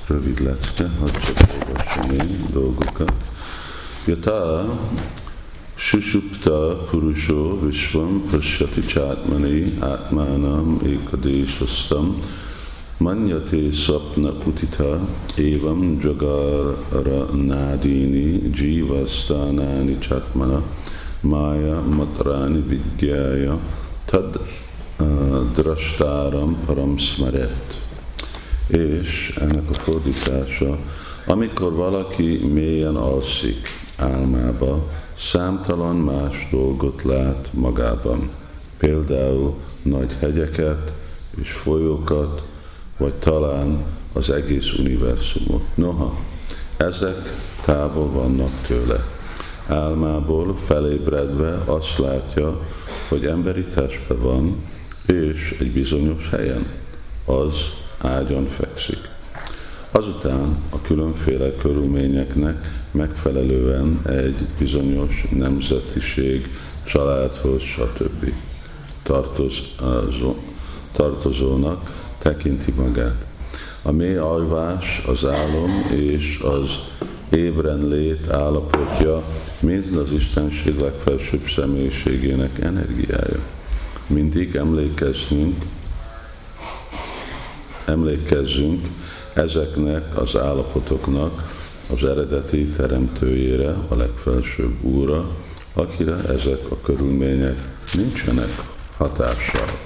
rövid lecke, hogy csak olvassam én dolgokat. Yata Sushupta Purusho Vishvam Pashyati Chatmani Atmanam Ekadeshastam Manyate Sapna Putita Evam Jagara Nadini Jivasthanani Chatmana Maya Matrani Vidyaya Tad Drashtaram Param Smaret. És ennek a fordítása, amikor valaki mélyen alszik álmába, számtalan más dolgot lát magában, például nagy hegyeket és folyókat, vagy talán az egész univerzumot. Noha, ezek távol vannak tőle. Álmából felébredve azt látja, hogy emberi testben van, és egy bizonyos helyen, az ágyon fekszik. Azután a különféle körülményeknek megfelelően egy bizonyos nemzetiség, családhoz, stb. Tartozónak tekinti magát. A mély alvás, az álom és az ébrenlét állapotja mind az Istenség legfelsőbb személyiségének energiája. Mindig emlékezzünk ezeknek az állapotoknak az eredeti teremtőjére, a legfelsőbb Úrra, akire ezek a körülmények nincsenek hatással.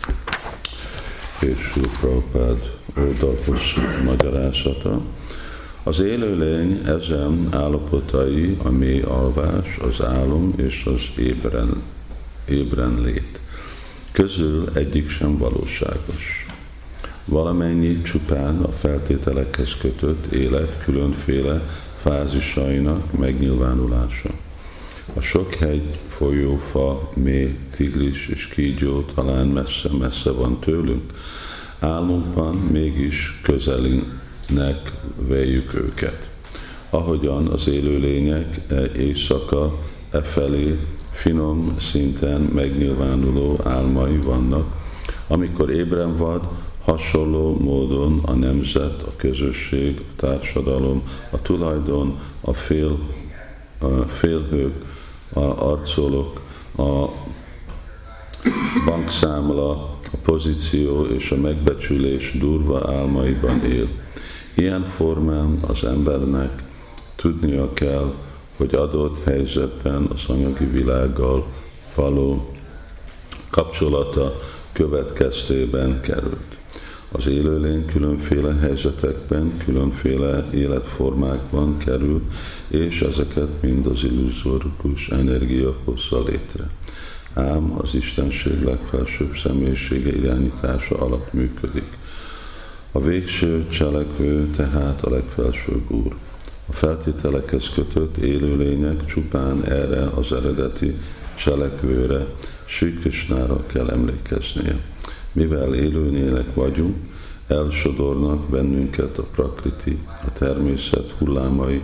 És Srila Prabhupád oldalhosszú magyarázata. Az élőlény ezen állapotai a mély alvás, az álom és az ébrenlét közül egyik sem valóságos. Valamennyi csupán a feltételekhez kötött élet különféle fázisainak megnyilvánulása. A sok hegy, folyó, fa, mély, tigris és kígyó talán messze-messze van tőlünk, álmunkban mégis közelinek véljük őket. Ahogyan az élőlények éjszaka felé finom szinten megnyilvánuló álmai vannak, amikor ébren vagy, hasonló módon a nemzet, a közösség, a társadalom, a tulajdon, a félhők, a arcolok, a bankszámla, a pozíció és a megbecsülés durva álmaiban él. Ilyen formán az embernek tudnia kell, hogy adott helyzetben az anyagi világgal való kapcsolata következtében került. Az élőlény különféle helyzetekben, különféle életformákban kerül, és ezeket mind az illuzórikus energia hozza létre. Ám az Istenség legfelsőbb személyisége irányítása alatt működik. A végső cselekvő tehát a legfelsőbb Úr. A feltételekhez kötött élőlények csupán erre az eredeti cselekvőre, Sri Krishnára kell emlékeznie. Mivel élőlények vagyunk, elsodornak bennünket a prakriti, a természet hullámai,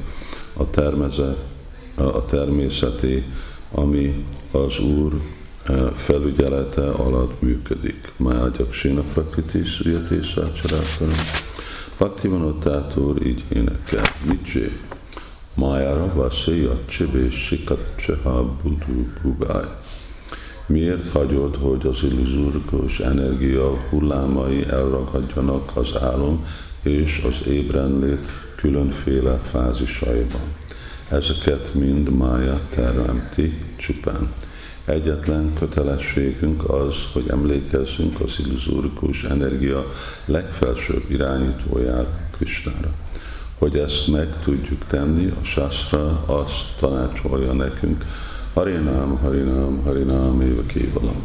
a természeti, ami az Úr felügyelete alatt működik. Mágyaksina prakriti szülyeti szácsarátaram. Bhaktivinoda így énekel. Nicsé, májára vasszé jacsibé sikatcseha budu bugály. Miért hagyod, hogy az illuzórikus energia hullámai elragadjanak az álom és az ébrenlét különféle fázisaiban? Ezeket mind mája teremti csupán. Egyetlen kötelességünk az, hogy emlékezzünk az illuzórikus energia legfelsőbb irányítójára, Krishnára. Hogy ezt meg tudjuk tenni, a Shastra azt tanácsolja nekünk, Harinám, Harinám, Harinám, éva kévalam.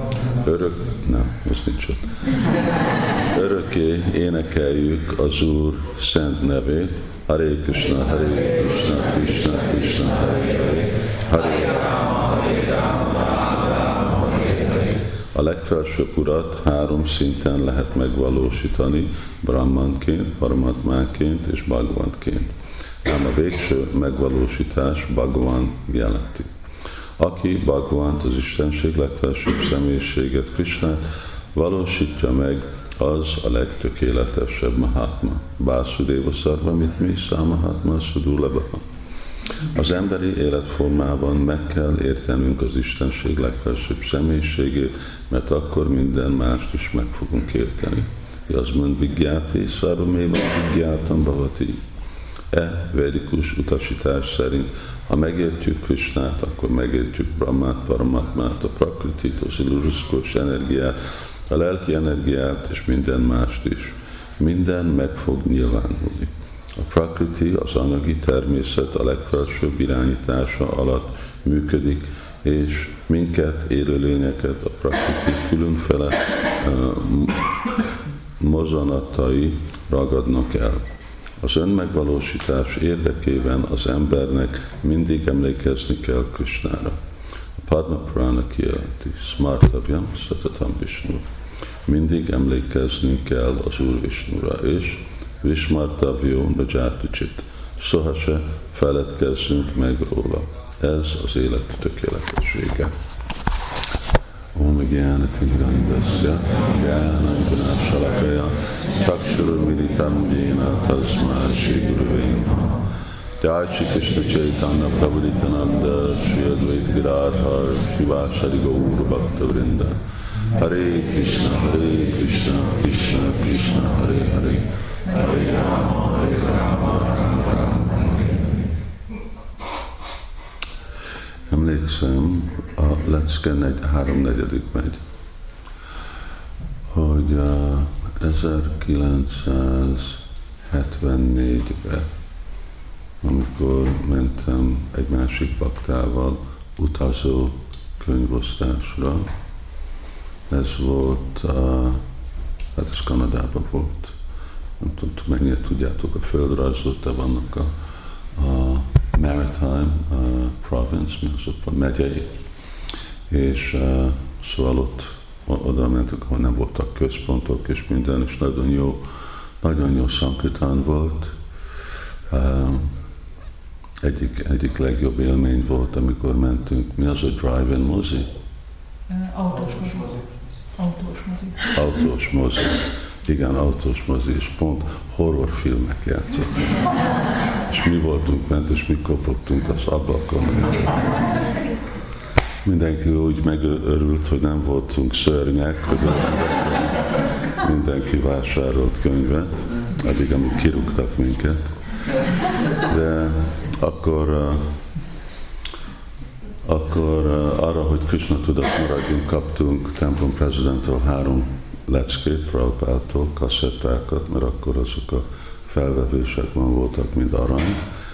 Örökké énekeljük az Úr szent nevét, Hare Krishna, Hare Krishna, Krishna Krishna, Hare Hare, Hare Rama, Hare Rama, Rama Rama, Hare Hare. A legfelsőbb Urat három szinten lehet megvalósítani, Brahmanként, Paramatmáként és Bhagavanként. Ám a végső megvalósítás Bhagavan jelenti. Aki Bhagavant, az Istenség legfelsőbb személyiséget, Krishnát valósítja meg az a legtökéletesebb Mahatma. Vásudeva Sarvamit Mahatma Sudulabaha. Az emberi életformában meg kell értenünk az Istenség legfelsőbb személyiségét, mert akkor minden mást is meg fogunk érteni. Yazman Vigyáti Sarvaméva Vigyátam Bhavati. Vedikus utasítás szerint, ha megértjük Krisnát, akkor megértjük Brahmát, Paramatmát, a Prakritit, az illuziós energiát, a lelki energiát és minden mást is. Minden meg fog nyilvánulni. A Prakriti, az anyagi természet a legfelsőbb irányítása alatt működik, és minket, élőlényeket a Prakriti különféle mozanatai ragadnak el. Az önmegvalósítás érdekében az embernek mindig emlékezni kell Krisnára. A Padma Purana kijelenti, Smartavyam Satatam Vishnu. Mindig emlékeznünk kell az Úr Vishnura, és Vishmartavyo Najatucsit. Soha se feledkezzünk meg róla. Ez az élet tökéletessége. Om Gyánati Gandasya, Gyánanjana Salakaya, Chakshurumilitam Jena Tasmā Shri Gurave Namaha. Jai Shri Krishna Chaitanya Prabhu Nityananda, Shri Advaita Gadadhar, Shivasari Gaura Bhakta Vrinda. Hare Krishna, Krishna Krishna, Hare Hare, Hare Rama, Rama Rama. Emlékszem, a lecke 3/4 megy, hogy 1974-ben, amikor mentem egy másik baktával utazó könyvosztásra, ez volt, hát ez Kanadában volt. Nem tudom, mennyire tudjátok a földrajzot, de vannak a Maritime province, mi az ott a megyei, és szóval ott oda mentünk, ahol nem voltak központok, és minden, és nagyon jó szankritán volt. Egyik legjobb élmény volt, amikor mentünk. Mi az a drive-in mozi? Autós mozi. Igen, autós mozi, és pont horrorfilmek játszottak. És mi voltunk bent, és mi kopogtunk az ablakon. Mindenki úgy megörült, hogy nem voltunk szörnyek, hogy mindenki vásárolt könyvet, addig, amíg kirúgtak minket. De akkor arra, hogy Krishna tudat maradjunk, kaptunk templom prezidenttől 3 leckét, Prabhupádtól, kasszettákat, mert akkor azok a felvevésekben voltak, mint arany.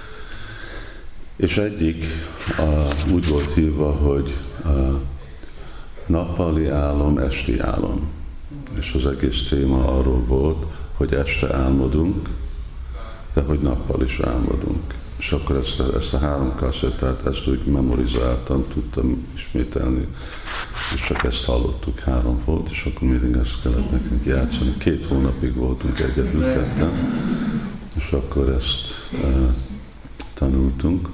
És egyik úgy volt hívva, hogy nappali álom, esti álom. És az egész téma arról volt, hogy este álmodunk, de hogy nappal is álmodunk. És akkor ezt a 3 kasszettát, ezt úgy memorizáltam, tudtam ismételni, és csak ezt hallottuk, 3 volt, és akkor mindig ezt kellett nekünk játszani. 2 hónapig voltunk egyedül ketten, és akkor ezt tanultunk.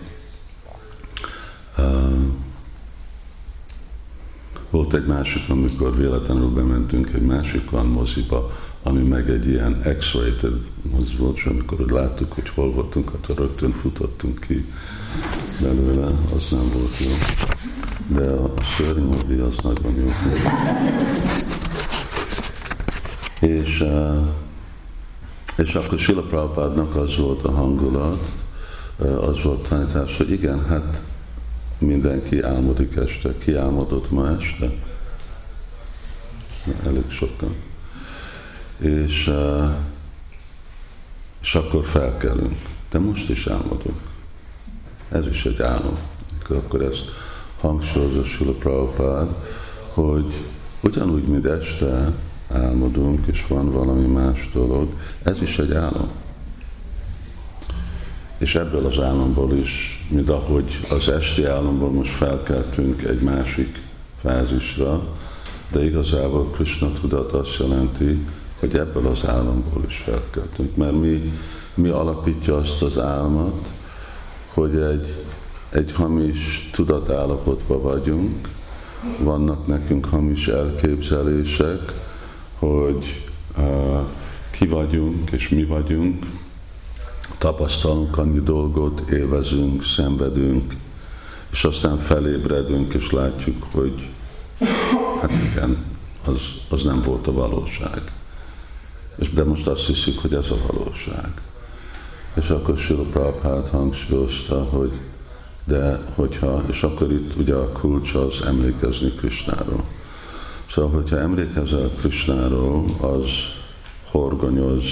Volt egy másik, amikor véletlenül bementünk egy másik olyan moziba, ami meg egy ilyen X-rated mozi volt, és amikor láttuk, hogy hol voltunk, akkor rögtön futottunk ki belőle, az nem volt jó. De a szörny mozi az nagyon jó. És akkor Srila Prabhupádnak az volt a hangulat, az volt tanítás, hogy igen, hát mindenki álmodik este. Ki álmodott ma este? Elég sokan. És akkor felkelünk. De most is álmodunk. Ez is egy álom. Akkor ezt hangsúlyozza Srila Prabhupád, hogy ugyanúgy, mint este álmodunk, és van valami más dolog, ez is egy álom. És ebből az álomból is, mint ahogy az esti álomból most felkeltünk egy másik fázisra, de igazából Krishna tudat azt jelenti, hogy ebből az álomból is felkeltünk. Mert mi alapítja azt az álmat, hogy egy hamis tudatállapotban vagyunk, vannak nekünk hamis elképzelések, hogy ki vagyunk és mi vagyunk, tapasztalunk annyi dolgot, élvezünk, szenvedünk, és aztán felébredünk, és látjuk, hogy hát igen, az nem volt a valóság. De most azt hiszük, hogy ez a valóság. És akkor Srila Prabhupád hangsúlyozta, hogy de hogyha, és akkor itt ugye a kulcs az emlékezni Krishnáról. Szóval, hogyha emlékezel Krishnáról, az horgonyoz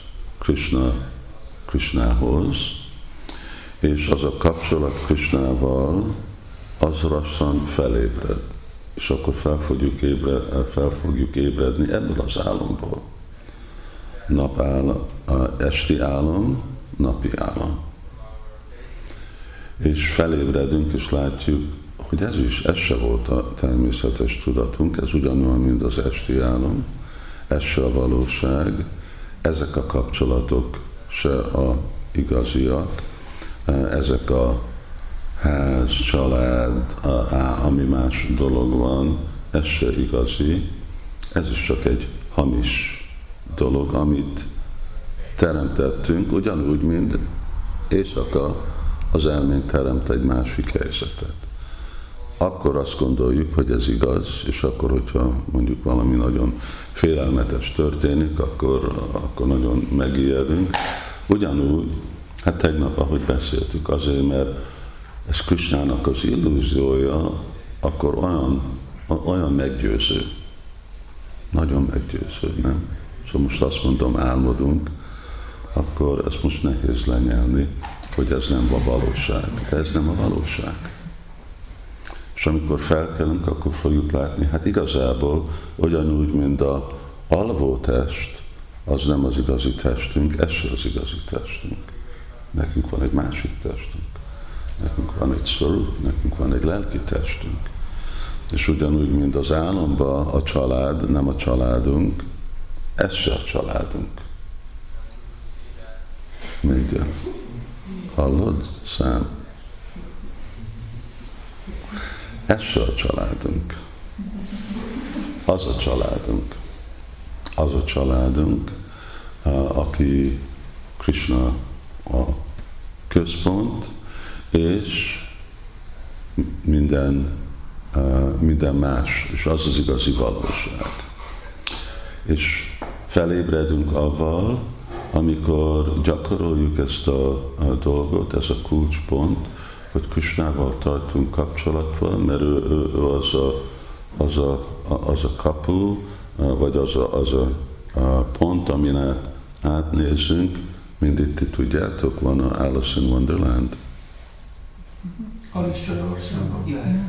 Krishnához, és az a kapcsolat Krishnával, az lassan felébred. És akkor fel fogjuk ébredni ebből az álomból. Esti álom, napi álom. És felébredünk, és látjuk, hogy ez se volt a természetes tudatunk, ez ugyanolyan, mint az esti álom, ez se a valóság, ezek a kapcsolatok se a igaziak, ezek a ház, család, ami más dolog van, ez se igazi, ez is csak egy hamis dolog, amit teremtettünk, ugyanúgy, mint éjszaka az elménk teremt egy másik helyzetet. Akkor azt gondoljuk, hogy ez igaz, és akkor, hogyha mondjuk valami nagyon félelmetes történik, akkor nagyon megijedünk. Ugyanúgy, hát tegnap, ahogy beszéltük, azért, mert ez Krishnának az illúziója, akkor olyan meggyőző. Nagyon meggyőző, nem? Szóval most azt mondom, álmodunk, akkor ezt most nehéz lenyelni, hogy ez nem a valóság. De ez nem a valóság. És amikor felkelünk, akkor fogjuk látni, hát igazából ugyanúgy, mint a alvótest, az nem az igazi testünk, ez sem az igazi testünk. Nekünk van egy másik testünk. Nekünk van egy szarup, nekünk van egy lelki testünk. És ugyanúgy, mint az álomban a család nem a családunk, ez se a családunk. Mindjárt. Hallod, szám? Ez se a családunk. Az a családunk. Az a családunk, aki Krishna a központ, és minden más, és az az igazi valóság. És felébredünk avval, amikor gyakoroljuk ezt a dolgot, ez a kulcspont, hogy Krishnával tartunk kapcsolatban, mert ő az a kapu, vagy az a pont, amin átnézünk, mindig ti tudjátok, van a Alice in Wonderland. Alice Csodországban.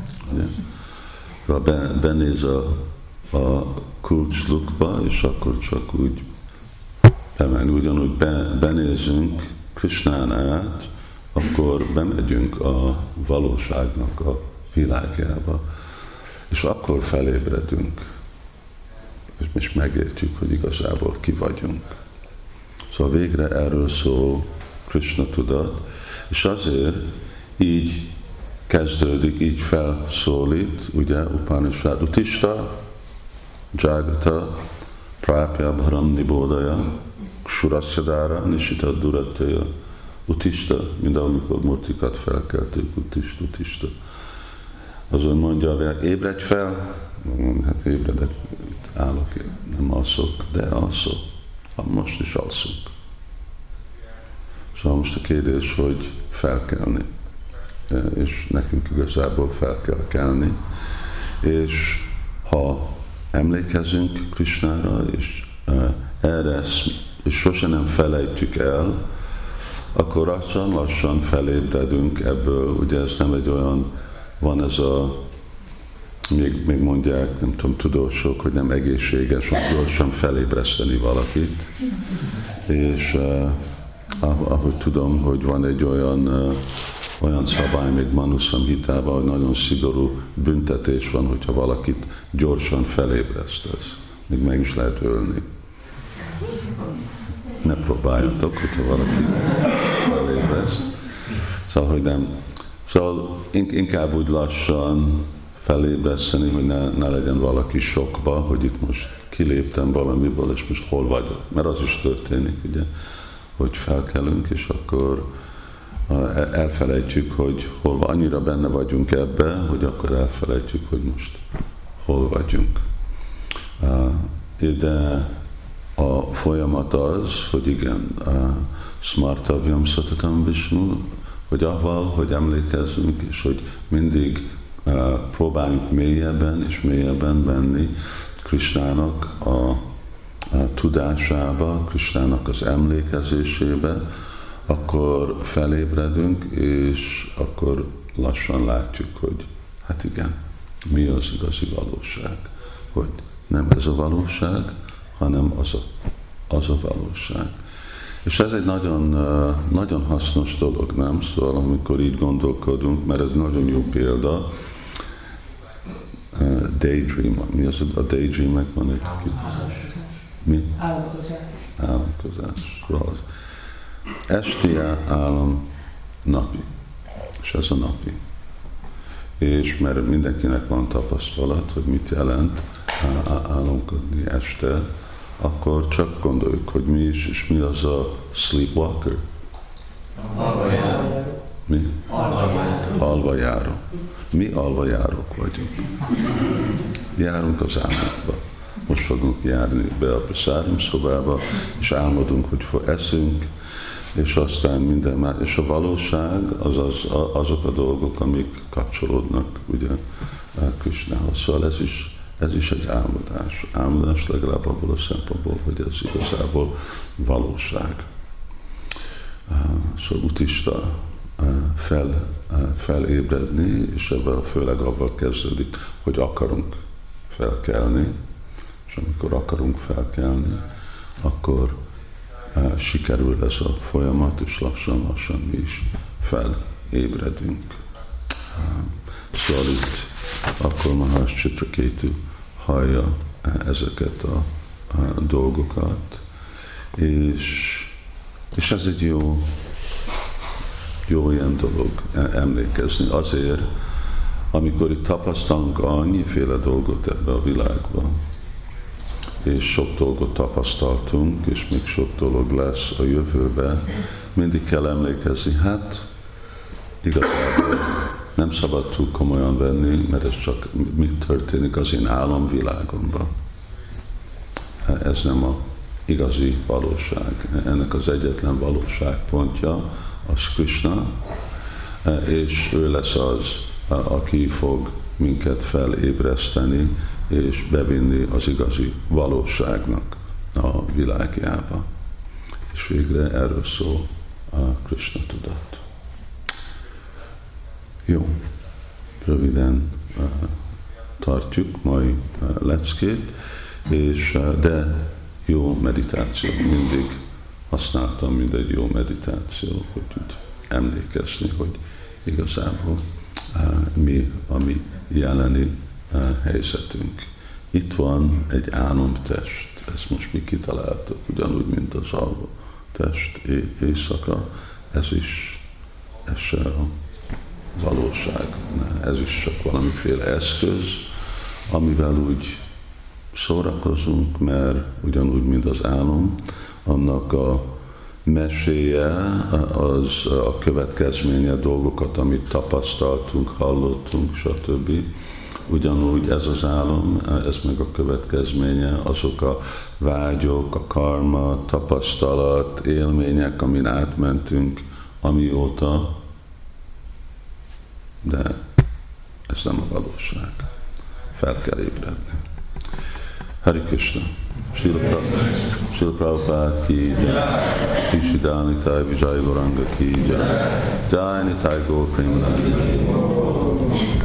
Benéz a kulcslukba, és akkor csak úgy bemenni, ugyanúgy benézünk Krishnán át, akkor bemegyünk a valóságnak a világjába, és akkor felébredünk, és megértjük, hogy igazából ki vagyunk. Szóval végre erről szól Krishna tudat, és azért így kezdődik, így felszólít, ugye, Upanishad Utishta, Jagrata, Prápya Bharam Nibodaya, Surasyadára, Nishita Duratya, Utishta, mint amikor Murtikat felkelték, Utishta. Azon mondja, ébredj fel, hát ébredek, itt állok, nem alszok, de alszok. Most is alszunk. Szóval most a kérdés, hogy felkelni. És nekünk igazából fel kell kelni. És ha emlékezünk Krishnára, és erre és sose nem felejtjük el, akkor lassan felébredünk ebből. Ugye ez nem egy olyan, van ez a, még mondják, nem tudom, tudósok, hogy nem egészséges, hogy gyorsan felébreszteni valakit. És ahogy tudom, hogy van egy olyan szabály, még Manu Samhitában, hogy nagyon szigorú büntetés van, hogyha valakit gyorsan felébresztesz. Még meg is lehet ölni. Ne próbáljatok, hogyha valaki felébreszt. Szóval, hogy nem. Szóval inkább úgy lassan felébreszteni, hogy ne legyen valaki sokba, hogy itt most kiléptem valamiből, és most hol vagyok. Mert az is történik, ugye, hogy felkelünk, és akkor elfelejtjük, hogy hol van. Annyira benne vagyunk ebbe, hogy akkor elfelejtjük, hogy most hol vagyunk. De a folyamat az, hogy igen, smartavyam satatam Vishnu, hogy avval, hogy emlékezzünk, és hogy mindig próbáljuk mélyebben és mélyebben menni Krisnának a tudásába, Krisnának az emlékezésébe, akkor felébredünk, és akkor lassan látjuk, hogy hát igen, mi az igazi valóság. Hogy nem ez a valóság, hanem az a valóság. És ez egy nagyon, nagyon hasznos dolog, nem? Szóval amikor így gondolkodunk, mert ez nagyon jó példa, daydream, mi az a daydreamnek van egy mi? Álmodozás. Esti álom napi, és ez a napi. És mert mindenkinek van tapasztalat, hogy mit jelent álomkodni este, akkor csak gondoljuk, hogy mi is, és mi az a sleepwalker. Mi? Alvajáró. Mi alvajárók vagyunk. Járunk az álmokba. Most fogunk járni be a prasárum szobába, és álmodunk, hogy eszünk, és aztán minden más. És a valóság azok a dolgok, amik kapcsolódnak ugye Krisnához. Szóval ez is egy álmodás. Álmodás legalább abból a szempontból, hogy ez igazából valóság. Szóval utista felébredni, és ebben főleg abban kezdődik, hogy akarunk felkelni, és amikor akarunk felkelni, akkor sikerül ez a folyamat, és lassan-lassan mi is felébredünk. Szóval itt akkor Maharsh Chitraketu hallja ezeket a dolgokat, és ez egy jó ilyen dolog emlékezni. Azért, amikor itt tapasztalunk annyiféle dolgot ebbe a világba, és sok dolgot tapasztaltunk, és még sok dolog lesz a jövőben, mindig kell emlékezni, hát igazából nem szabad túl komolyan venni, mert ez csak mit történik az én álomvilágomban. Ez nem a igazi valóság. Ennek az egyetlen valóságpontja az Krishna, és ő lesz az, aki fog minket felébreszteni, és bevinni az igazi valóságnak a világjába. És végre erről szól a Krishna tudat. Jó, röviden tartjuk mai leckét, de jó meditáció. Mindig használtam mindegy jó meditáció, hogy tud emlékezni, hogy igazából mi a mi jeleni helyzetünk. Itt van egy álomtest, ezt most mi kitaláltuk, ugyanúgy, mint az alvó test éjszaka, ez se a valóság. Ez is csak valamiféle eszköz, amivel úgy szórakozunk, mert ugyanúgy, mint az álom, annak a meséje az a következménye dolgokat, amit tapasztaltunk, hallottunk, stb. Ugyanúgy ez az álom, ez meg a következménye, azok a vágyok, a karma, tapasztalat, élmények, amin átmentünk, amióta, de ez nem a valóság. Fel kell ébredni. Hare Krishna. Srila Prabhupada ki jai, Krishna Nitai Vijay Goranga ki jai, Jai Nitai Gaur Premanandi.